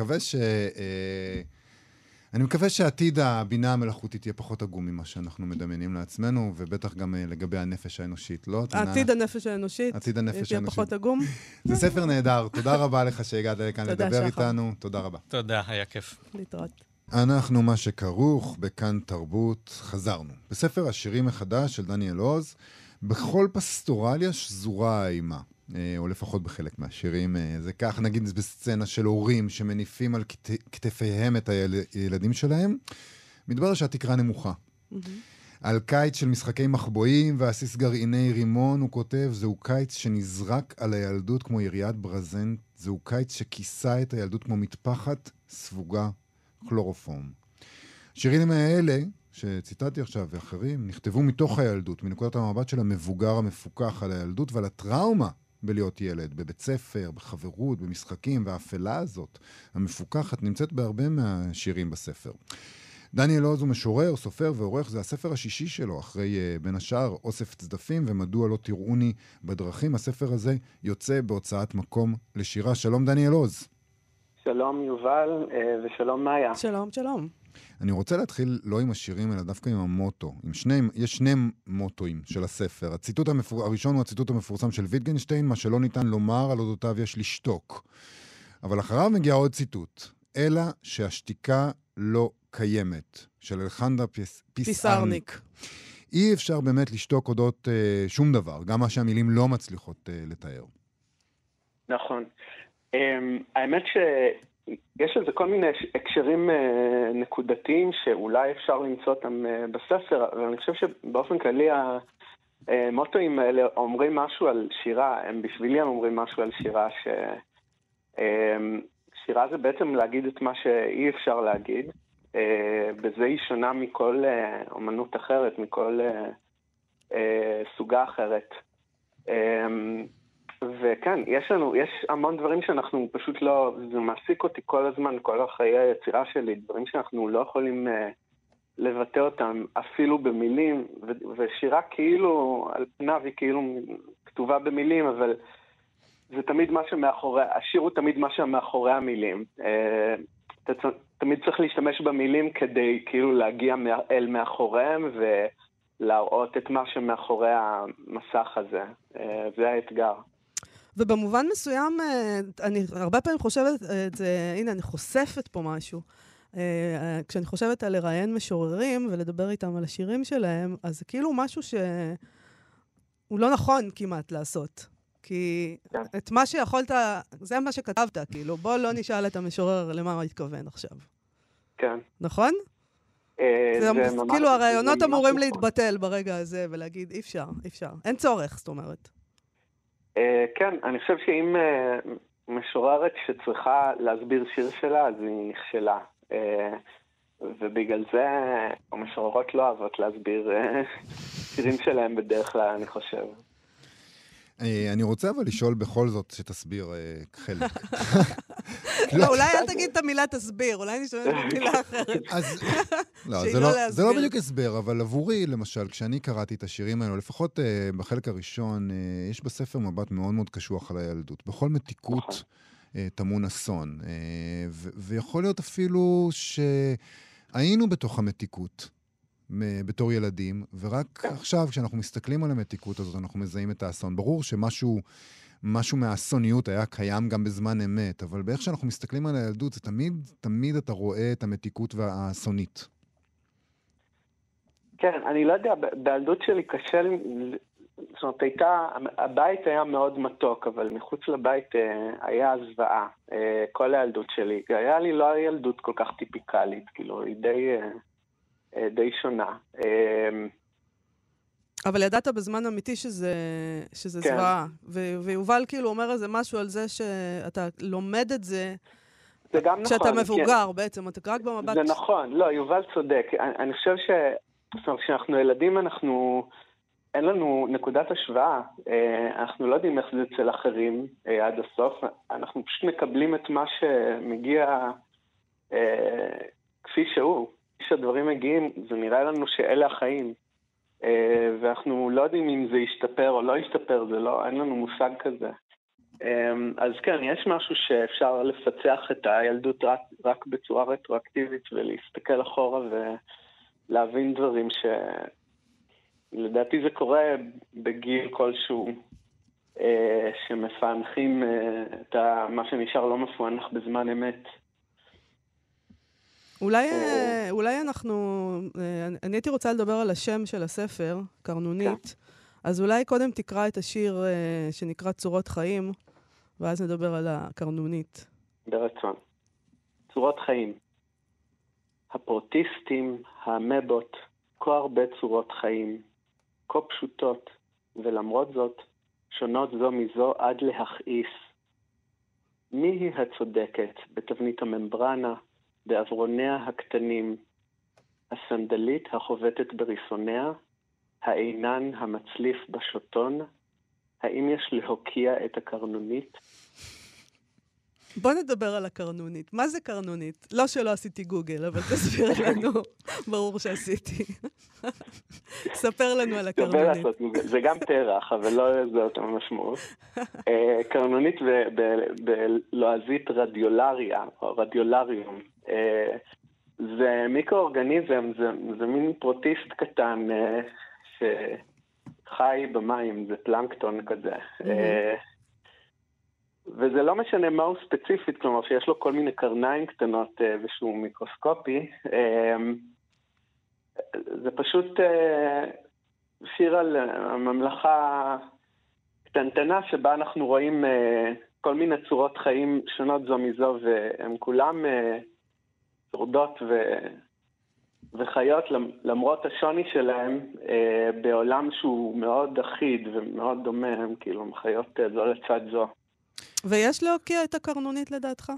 אני מקווה שעתיד הבינה המלאכותית יהיה פחות עגום ממה שאנחנו מדמיינים לעצמנו, ובטח גם לגבי הנפש האנושית, לא? עתיד הנפש האנושית יהיה פחות עגום. זה ספר נהדר. תודה רבה לך שהגעת לכאן לדבר איתנו. תודה רבה. תודה, היה כיף. להתראות. אנחנו מה שכרוך בכאן תרבות, חזרנו. בספר השירים מחדש של דניאל עוז, בכל פסטורליה שזורה האימה. או לפחות בחלק מהשירים, זה כך, נגיד בסצנה של הורים שמניפים על כתפיהם את הילדים שלהם, מתברר שהתקרה נמוכה. על קיץ של משחקי מחבואים ועסיס גרעיני רימון, הוא כותב, זהו קיץ שנזרק על הילדות כמו יריית ברזנט, זהו קיץ שכיסה את הילדות כמו מטפחת ספוגה כלורופורם. השירים האלה, שציטטתי עכשיו ואחרים, נכתבו מתוך הילדות, מנקודת המבט של המבוגר המפוקח על הילדות ועל הטראומה בלהיות ילד, בבית ספר, בחברות, במשחקים, והאפלה הזאת, המפוקחת, נמצאת בהרבה מהשירים בספר. דניאל עוז הוא משורר, סופר ועורך, זה הספר השישי שלו, אחרי בין השאר אוסף צדפים ומדוע לא תראוני בדרכים. הספר הזה יוצא בהוצאת מקום לשירה. שלום דניאל עוז. שלום יובל ושלום מאיה. שלום, שלום. אני רוצה להתחיל לא עם השירים, אלא דווקא עם המוטו. יש 2 מוטואים של הספר. הציטוט הראשון הוא הציטוט המפורסם של ויטגנשטיין, מה שלא ניתן לומר על אודותיו יש לשתוק. אבל אחריו מגיע עוד ציטוט. אלא שהשתיקה לא קיימת, של אלחנדרה פיסארניק. אי אפשר באמת לשתוק אודות שום דבר, גם מה שהמילים לא מצליחות לתאר. נכון. האמת יש לזה כל מיני הקשרים נקודתיים שאולי אפשר למצוא אותם בספר, אבל אני חושב שבאופן כללי המוטואים האלה אומרים משהו על שירה, הם בשבילי הם אומרים משהו על שירה, שירה זה בעצם להגיד את מה שאי אפשר להגיד, בזה היא שונה מכל אומנות אחרת, מכל סוגה אחרת. וכן, יש המון דברים שאנחנו פשוט לא, זה מעסיק אותי כל הזמן, כל החיי היצירה שלי, דברים שאנחנו לא יכולים לבטא אותם אפילו במילים, ושירה כאילו, על פניו היא כאילו כתובה במילים, אבל זה תמיד מה שמאחורי, השיר הוא תמיד מה שמאחורי המילים. אתה תמיד צריך להשתמש במילים כדי כאילו להגיע אל מאחוריהם ולהראות את מה שמאחורי המסך הזה. זה האתגר. ובמובן מסוים, אני הרבה פעמים חושבת את זה, הנה, אני חושפת פה משהו. כשאני חושבת על לראיין משוררים ולדבר איתם על השירים שלהם, אז זה כאילו משהו שהוא לא נכון כמעט לעשות. כי את מה שיכולת, זה מה שכתבת, כאילו, בוא לא נשאל את המשורר למה הוא התכוון עכשיו. כן. נכון? כאילו, הרעיונות אמורים להתבטל ברגע הזה ולהגיד, אי אפשר. אין צורך, זאת אומרת. כן, אני חושב שאם משוררת שצריכה להסביר שיר שלה, אז היא נכשלה. ובגלל זה המשוררות לא אוהבות להסביר שירים שלהם בדרך כלל, אני חושב. אני רוצה אבל לשאול בכל זאת שתסביר חלק. לא, אולי אל תגיד את המילה תסביר, אולי נשתמש במילה אחרת. לא, זה לא בדיוק הסבר, אבל עבורי, למשל, כשאני קראתי את השירים האלו, לפחות בחלק הראשון, יש בספר מבט מאוד מאוד קשוח על הילדות. בכל מתיקות תמון אסון. ויכול להיות אפילו שהיינו בתוך המתיקות. בתור ילדים, ורק עכשיו כשאנחנו מסתכלים על המתיקות הזאת, אנחנו מזהים את האסון. ברור שמשהו מהאסוניות היה קיים גם בזמן אמת, אבל באיך שאנחנו מסתכלים על הילדות, זה תמיד אתה רואה את המתיקות והאסונית. כן, אני לא יודע, בילדות שלי קשה לי, זאת אומרת, הבית היה מאוד מתוק, אבל מחוץ לבית היה זוועה, כל הילדות שלי. היה לי לא ילדות כל כך טיפיקלית, כאילו, היא די שונה. אבל ידעת בזמן אמיתי שזה זוועה. ויובל כאילו אומר איזה משהו על זה שאתה לומד את זה, כשאתה מבוגר בעצם, אתה רק במבט... זה נכון, לא, יובל צודק. אני חושב כשאנחנו ילדים, אין לנו נקודת השוואה. אנחנו לא יודעים איך זה אצל אחרים עד הסוף. אנחנו פשוט מקבלים את מה שמגיע כפי שהוא. כשהדברים מגיעים, זה נראה לנו שאלה החיים. ואנחנו לא יודעים אם זה ישתפר או לא ישתפר, אין לנו מושג כזה. אז כן, יש משהו שאפשר לפצח את הילדות רק בצורה רטרואקטיבית, ולהסתכל אחורה ולהבין דברים לדעתי זה קורה בגיל כלשהו, שמפענחים את מה שנשאר לא מפוענח בזמן אמת. אולי אני הייתי רוצה לדבר על השם של הספר, קרנונית, אז אולי קודם תקרא את השיר שנקרא צורות חיים, ואז נדבר על הקרנונית. ברצון. צורות חיים. הפרוטיסטים, האמבות, כה הרבה צורות חיים, כה פשוטות, ולמרות זאת, שונות זו מזו עד להכעיס. מי היא הצודקת בתבנית הממברנה, בעברוניה הקטנים, הסנדלית החובטת בריסוניה, העינן המצליף בשוטון, האם יש להוקיע את הקרנונית? בוא נדבר על הקרנונית. מה זה קרנונית? לא שלא עשיתי גוגל, אבל תסביר לנו. ברור שעשיתי. ספר לנו על הקרנונית. זה גם תרח, אבל לא זאת המשמעות. קרנונית בלועזית רדיולריה, או רדיולריום. זה מיקרואורגניזם, זה מין פרוטיסט קטן שחי במים, זה פלנקטון כזה. וזה לא משנה מה הוא ספציפית, כלומר שיש לו כל מיני קרניים קטנות ושהוא מיקרוסקופי. זה פשוט שיר על הממלכה קטנטנה שבה אנחנו רואים כל מיני צורות חיים שונות זו מזו, והן כולם שורדות וחיות למרות השוני שלהם בעולם שהוא מאוד אחיד ומאוד דומה, הם כאילו חיות זו לצד זו. ויש להוקיע את הקרנונית לדעתך?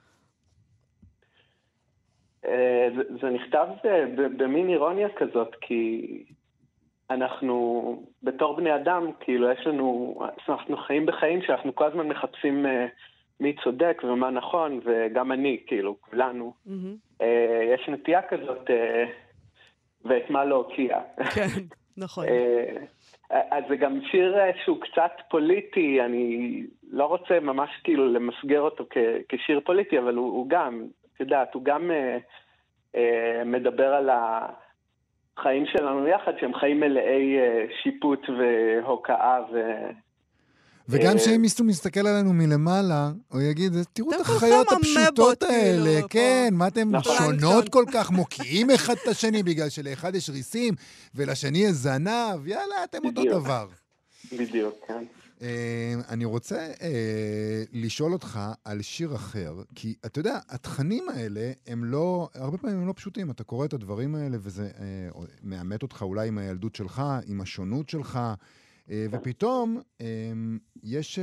זה נכתב במין אירוניה כזאת, כי אנחנו בתור בני אדם, כאילו אנחנו חיים בחיים שאנחנו כל הזמן מחפשים מי צודק ומה נכון, וגם אני, כאילו, כולנו. יש נטייה כזאת, ואת מה להוקיע. כן, נכון. אז זה גם שיר שהוא קצת פוליטי, אני לא רוצה ממש כאילו למסגר אותו כשיר פוליטי, אבל הוא גם, את יודעת, הוא גם מדבר על החיים שלנו יחד, שהם חיים מלאי שיפוט והוקעה וגם שאם מישהו מסתכל עלינו מלמעלה, הוא יגיד, תראו את החיות הפשוטות האלה, כן, מה אתם שונות כל כך, מוקיעים אחד את השני, בגלל שלאחד יש ריסים, ולשני יש זנב, יאללה, אתם אותו דבר. בדיוק, כן. אני רוצה לשאול אותך על שיר אחר, כי אתה יודע, התכנים האלה הם לא, הרבה פעמים הם לא פשוטים, אתה קורא את הדברים האלה, וזה מאמת אותך אולי עם הילדות שלך, עם השונות שלך, ופתאום יש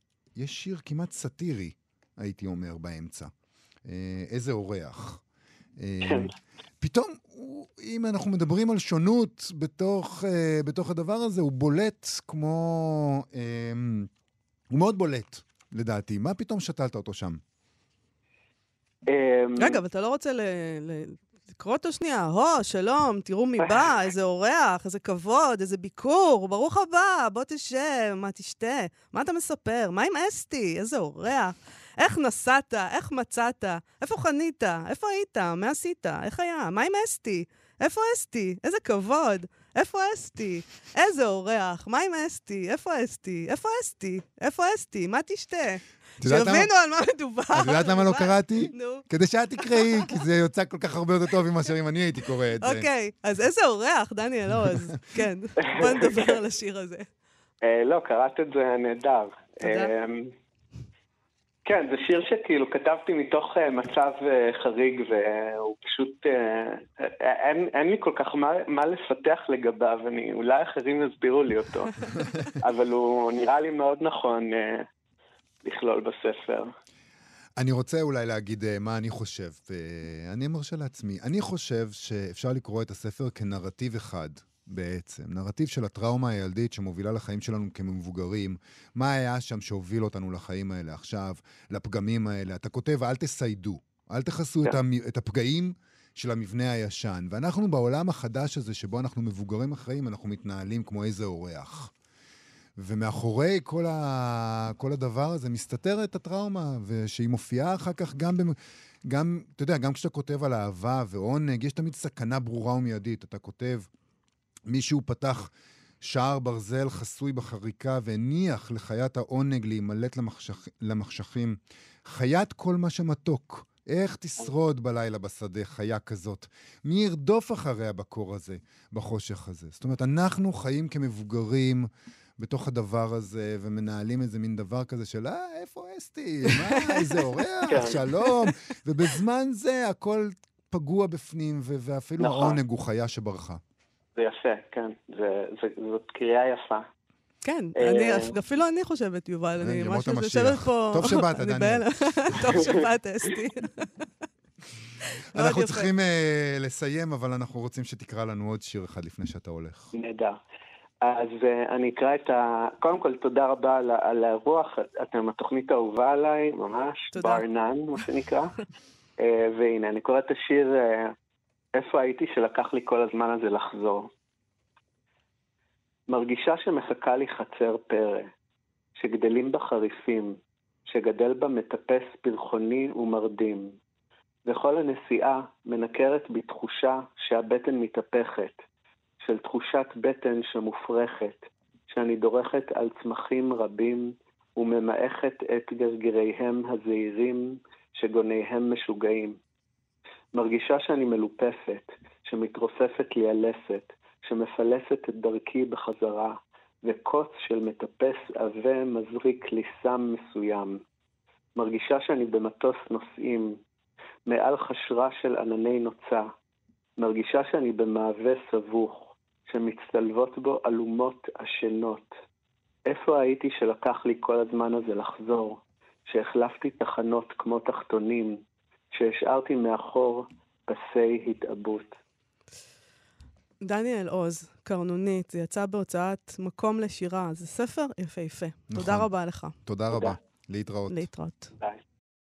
שיר כמעט סאטירי, הייתי אומר, באמצע. איזה אורח. פתאום, אם אנחנו מדברים על שונות בתוך הדבר הזה, הוא בולט כמו... הוא מאוד בולט, לדעתי. מה פתאום שתלת אותו שם? רגע, אבל אתה לא רוצה לקרוא אותו שנייה? שלום, תראו מי בא, איזה אורח, איזה כבוד, איזה ביקור, ברוך הבא, בוא תשב, מה תשתה? מה אתה מספר? מה עם אסתי? איזה אורח? איך נסעת? איך מצאת? איפה חנית? איפה היית? מה עשית? איך היה? מה עם אסתי? איפה אסתי? איזה כבוד? איפה אסתי? איזה אורח? מה עם אסתי? איפה אסתי? איפה אסתי? איפה אסתי? מה תשתה? שיבינו על מה מדובר. את יודעת למה לא קראתי? כדי שאת תקראי, כי זה יוצא כל כך הרבה יותר טוב מאשר אם אני הייתי קורא את זה. אוקיי, אז איזה אורח, דניאל עוז. כן, בוא נדבר על השיר הזה. לא, קראת את זה נהדר. תודה. כן, זה שיר שכאילו כתבתי מתוך מצב חריג, והוא פשוט, אין לי כל כך מה לפתח לגביו, אולי אחרים יסבירו לי אותו, אבל הוא נראה לי מאוד נכון לכלול בספר. אני רוצה אולי להגיד מה אני חושב, ואני מרשה לעצמי. אני חושב שאפשר לקרוא את הספר כנרטיב אחד, בעצם. נרטיב של הטראומה הילדית שמובילה לחיים שלנו כמבוגרים. מה היה שם שהוביל אותנו לחיים האלה עכשיו, לפגמים האלה? אתה כותב, אל תסיידו, אל תחסו את הפגעים של המבנה הישן. ואנחנו בעולם החדש הזה, שבו אנחנו מבוגרים אחראים, אנחנו מתנהלים כמו איזה אורח. ומאחורי כל הדבר הזה מסתתרת הטראומה, ושהיא מופיעה אחר כך גם, אתה יודע, גם כשאתה כותב על אהבה ועונג, יש תמיד סכנה ברורה ומיידית. אתה כותב, מישהו פתח שער ברזל חסוי בחריקה והניח לחיית העונג להימלט למחשכים. חיית כל מה שמתוק. איך תשרוד בלילה בשדה חיה כזאת? מי ירדוף אחריה בקור הזה, בחושך הזה? זאת אומרת, אנחנו חיים כמבוגרים בתוך הדבר הזה, ומנהלים איזה מין דבר כזה של, איפה אסתי? מה, איזה אורח? שלום. ובזמן זה הכל פגוע בפנים, ואפילו העונג הוא חיה שברחה. זה יפה, כן. זאת קריאה יפה. כן, אפילו אני חושבת, יובל, אני משהו יושבת פה... טוב שבאת, דניאל. טוב שבאת, אסתי. אנחנו צריכים לסיים, אבל אנחנו רוצים שתקרא לנו עוד שיר אחד לפני שאתה הולך. נהדר. אז אני אקרא קודם כל, תודה רבה על הרוח, אתם התוכנית האהובה עליי, ממש, ברנן, מה שנקרא. והנה, אני קורא את השיר, איפה הייתי שלקח לי כל הזמן הזה לחזור. מרגישה שמחכה לי חצר פרא, שגדלים בה חריפים, שגדל בה מטפס פרחוני ומרדים. וכל הנסיעה מנקרת בתחושה שהבטן מתהפכת, של תחושת בטן שמופרכת, שאני דורכת על צמחים רבים וממעכת את גרגיריהם הזעירים שגוניהם משוגעים. מרגישה שאני מלופפת, שמתרופפת לי הלסת, שמפלסת את דרכי בחזרה, וקוץ של מטפס עבה מזריק לי סם מסוים. מרגישה שאני במטוס נוסעים, מעל חשרה של ענני נוצה. מרגישה שאני במעווה סבוך, שמצטלבות בו אלומות עשנות. איפה הייתי שלקח לי כל הזמן הזה לחזור, שהחלפתי תחנות כמו תחתונים, שהשארתי מאחור פסי התאבות. דניאל עוז, קרנונית, זה יצא בהוצאת מקום לשירה, זה ספר יפהפה. נכון. תודה רבה לך. תודה רבה. להתראות. להתראות. ביי.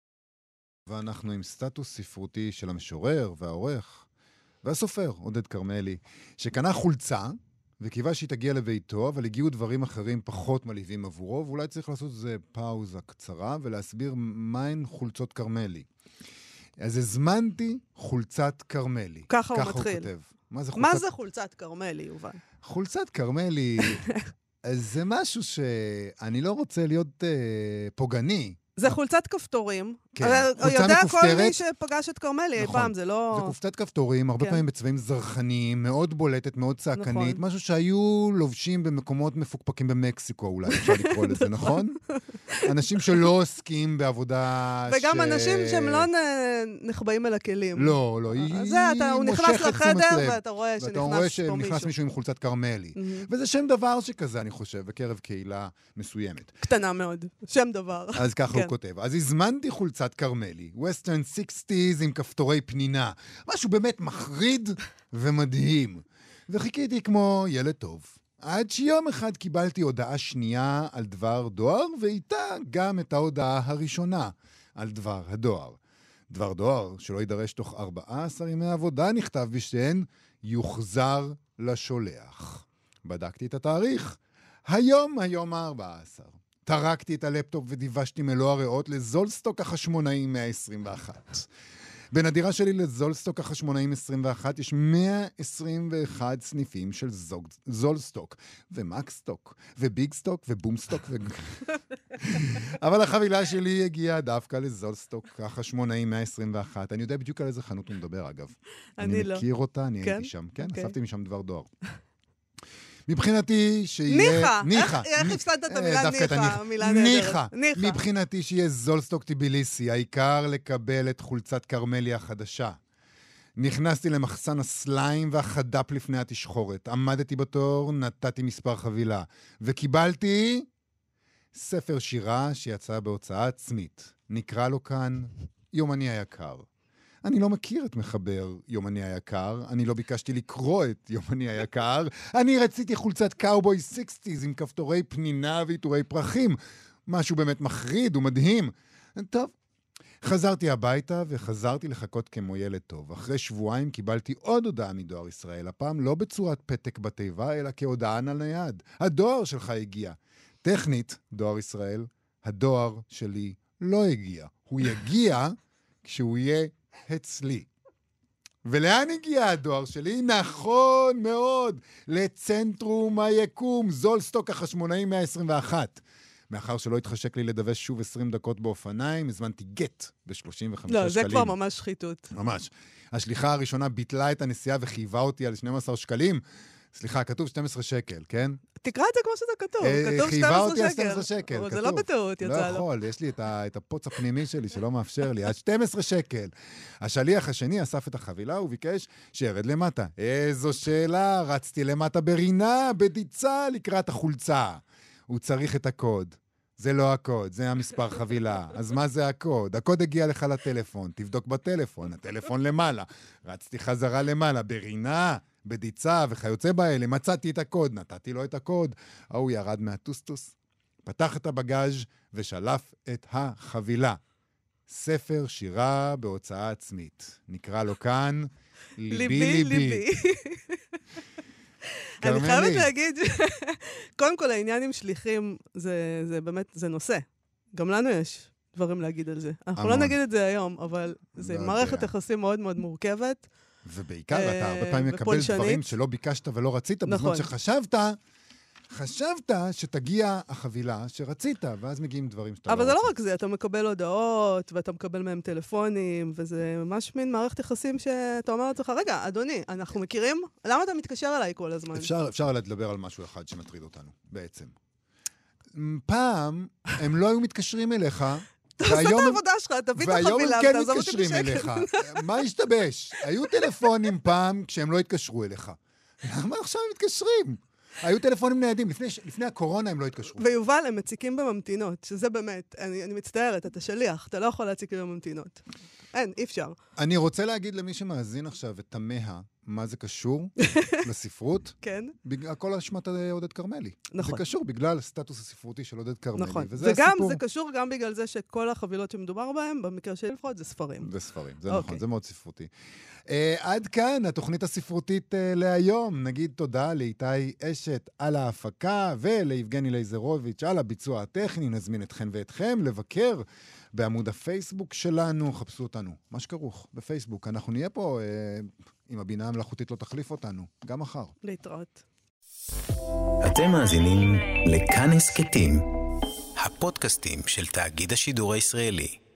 ואנחנו עם סטטוס ספרותי של המשורר והעורך והסופר עודד כרמלי, שקנה חולצה וקיווה שהיא תגיע לביתו, אבל הגיעו דברים אחרים פחות מלהיבים עבורו, ואולי צריך לעשות איזה פאוזה קצרה ולהסביר מהן חולצות כרמלי. אז הזמנתי חולצת כרמלי. ככה הוא מתחיל. כותב. מה זה חולצת כרמלי, יובל? חולצת כרמלי, זה משהו שאני לא רוצה להיות פוגעני. זה חולצת כפתורים. כן, חולצה יודע כל מי שפגש את כרמלי, נכון. פעם זה לא... זה חולצת כפתורים, הרבה פעמים בצבעים זרחניים, מאוד בולטת, מאוד צעקנית, משהו שהיו לובשים במקומות מפוקפקים במקסיקו, אולי אפשר לקרוא לזה, נכון? אנשים שלא עוסקים בעבודה וגם אנשים שהם לא נחבאים אל הכלים. לא, הוא נכנס לחדר ואתה רואה שנכנס מישהו עם חולצת כרמלי. וזה שם דבר שכזה, אני חושב, בקרב קהילה מסוימת. קטנה מאוד, שם דבר. אז ככה הוא כותב. אז הזמנתי חולצת חולצת קרמלי. ווסטרן 60s עם כפתורי פנינה. משהו באמת מחריד ומדהים. וחיכיתי כמו ילד טוב. עד שיום אחד קיבלתי הודעה שנייה על דבר דואר, ואיתה גם את ההודעה הראשונה על דבר הדואר. דבר דואר שלא יידרש תוך 14 ימי עבודה נכתב בשתיהן, יוחזר לשולח. בדקתי את התאריך. היום ה-14. טרקתי את הלפטופ ודיוושתי מלוא הריאות לזולסטוק החשמונאים 121. בין הדירה שלי לזולסטוק החשמונאים 21 יש 121 סניפים של זולסטוק, ומקסטוק, וביגסטוק, ובומסטוק. אבל החבילה שלי הגיעה דווקא לזולסטוק החשמונאים 121. אני יודע בדיוק על איזה חנות הוא מדבר, אגב. אני לא. מכיר אותה, אני הייתי שם. כן, אספתי משם דבר דואר. מבחינתי שיהיה... ניחה. איך הפסדת את המילה ניחה? מילה נהדרת. ניחה. מבחינתי שיהיה זולסטוק טיביליסי, העיקר לקבל את חולצת קרמלי החדשה. נכנסתי למחסן הסליים והחדפ לפני התשחורת. עמדתי בתור, נתתי מספר חבילה. וקיבלתי ספר שירה שיצא בהוצאה עצמית. נקרא לו כאן יומני היקר. אני לא מכיר את מחבר יומני היקר, אני לא ביקשתי לקרוא את יומני היקר, אני רציתי חולצת קאובוי 60s עם כפתורי פנינה ועיטורי פרחים, משהו באמת מחריד ומדהים. טוב, חזרתי הביתה וחזרתי לחכות כמו ילד טוב. אחרי שבועיים קיבלתי עוד הודעה מדואר ישראל, הפעם לא בצורת פתק בתיבה, אלא כהודעה על נייד. הדואר שלך הגיע. טכנית, דואר ישראל, הדואר שלי לא הגיע. הוא יגיע כשהוא יהיה אצלי. ולאן הגיע הדואר שלי? נכון מאוד, לצנטרום היקום, זולסטוק החשמונאים 121. מאחר שלא התחשק לי לדווש שוב 20 דקות באופניים, הזמנתי גט ב-35 שקלים. לא, זה כבר ממש שחיתות. ממש. השליחה הראשונה ביטלה את הנסיעה וחייבה אותי על 12 שקלים. סליחה, כתוב 12 שקל, כן? תקרא את זה כמו שזה כתוב. כתוב 12 שקל. חייבה אותי על 12 שקל. זה לא בטעות, יצא לו. לא יכול, יש לי את הפוץ הפנימי שלי שלא מאפשר לי. עד 12 שקל. השליח השני אסף את החבילה וביקש שירד למטה. איזו שאלה, רצתי למטה ברינה, בדיצה לקראת החולצה. הוא צריך את הקוד. זה לא הקוד, זה המספר חבילה. אז מה זה הקוד? הקוד הגיע לך לטלפון, תבדוק בטלפון, הטלפון למעלה. רצתי חזרה למעלה, ברינה, בדיצה וכיוצא באלה, מצאתי את הקוד, נתתי לו את הקוד. הוא ירד מהטוסטוס, פתח את הבגז' ושלף את החבילה. ספר שירה בהוצאה עצמית. נקרא לו כאן, ליבי. אני חייבת להגיד, קודם כל העניין עם שליחים זה באמת, זה נושא. גם לנו יש דברים להגיד על זה. אנחנו לא נגיד את זה היום, אבל זה מערכת יחסים מאוד מאוד מורכבת. ובעיקר אתה הרבה פעמים מקבל דברים שלא ביקשת ולא רצית, בזמן שחשבת שתגיע החבילה שרצית, ואז מגיעים דברים שאתה לא אבל רצית. זה לא רק זה, אתה מקבל הודעות, ואתה מקבל מהם טלפונים, וזה ממש מין מערכת יחסים שאתה אומר לעצמך, רגע, אדוני, אנחנו מכירים? למה אתה מתקשר אליי כל הזמן? אפשר לדבר על משהו אחד שמטריד אותנו, בעצם. פעם הם לא היו מתקשרים אליך, תעשה את העבודה שלך, תביא את החבילה, ותעזוב אותי בשקט. והיום הם כן מתקשרים אליך. מה השתבש? היו טלפונים פעם כשהם לא התקשרו אליך. למה עכשיו הם מתקשרים? היו טלפונים ניידים, לפני הקורונה הם לא התקשרו. ויובל, הם מציקים בממתינות, שזה באמת, אני מצטערת, אתה שליח, אתה לא יכול להציק בממתינות. אין, אי אפשר. אני רוצה להגיד למי שמאזין עכשיו ותמה מה זה קשור לספרות. כן. הכל אשמת עודד קרמלי. נכון. זה קשור בגלל הסטטוס הספרותי של עודד קרמלי. נכון. וגם זה קשור גם בגלל זה שכל החבילות שמדובר בהן, במקרה של לפחות, זה ספרים. זה ספרים, זה נכון, זה מאוד ספרותי. עד כאן התוכנית הספרותית להיום. נגיד תודה לאיתי אשת על ההפקה וליבגני לייזרוביץ' על הביצוע הטכני. נזמין אתכן ואתכם לבקר בעמוד הפייסבוק שלנו. חפשו אותנו, מה שכרוך בפייסבוק. אנחנו נהיה פה, אם הבינה המלאכותית לא תחליף אותנו, גם מחר. להתראות. אתם מאזינים לכאן הסכתים, הפודקאסטים של תאגיד השידור הישראלי.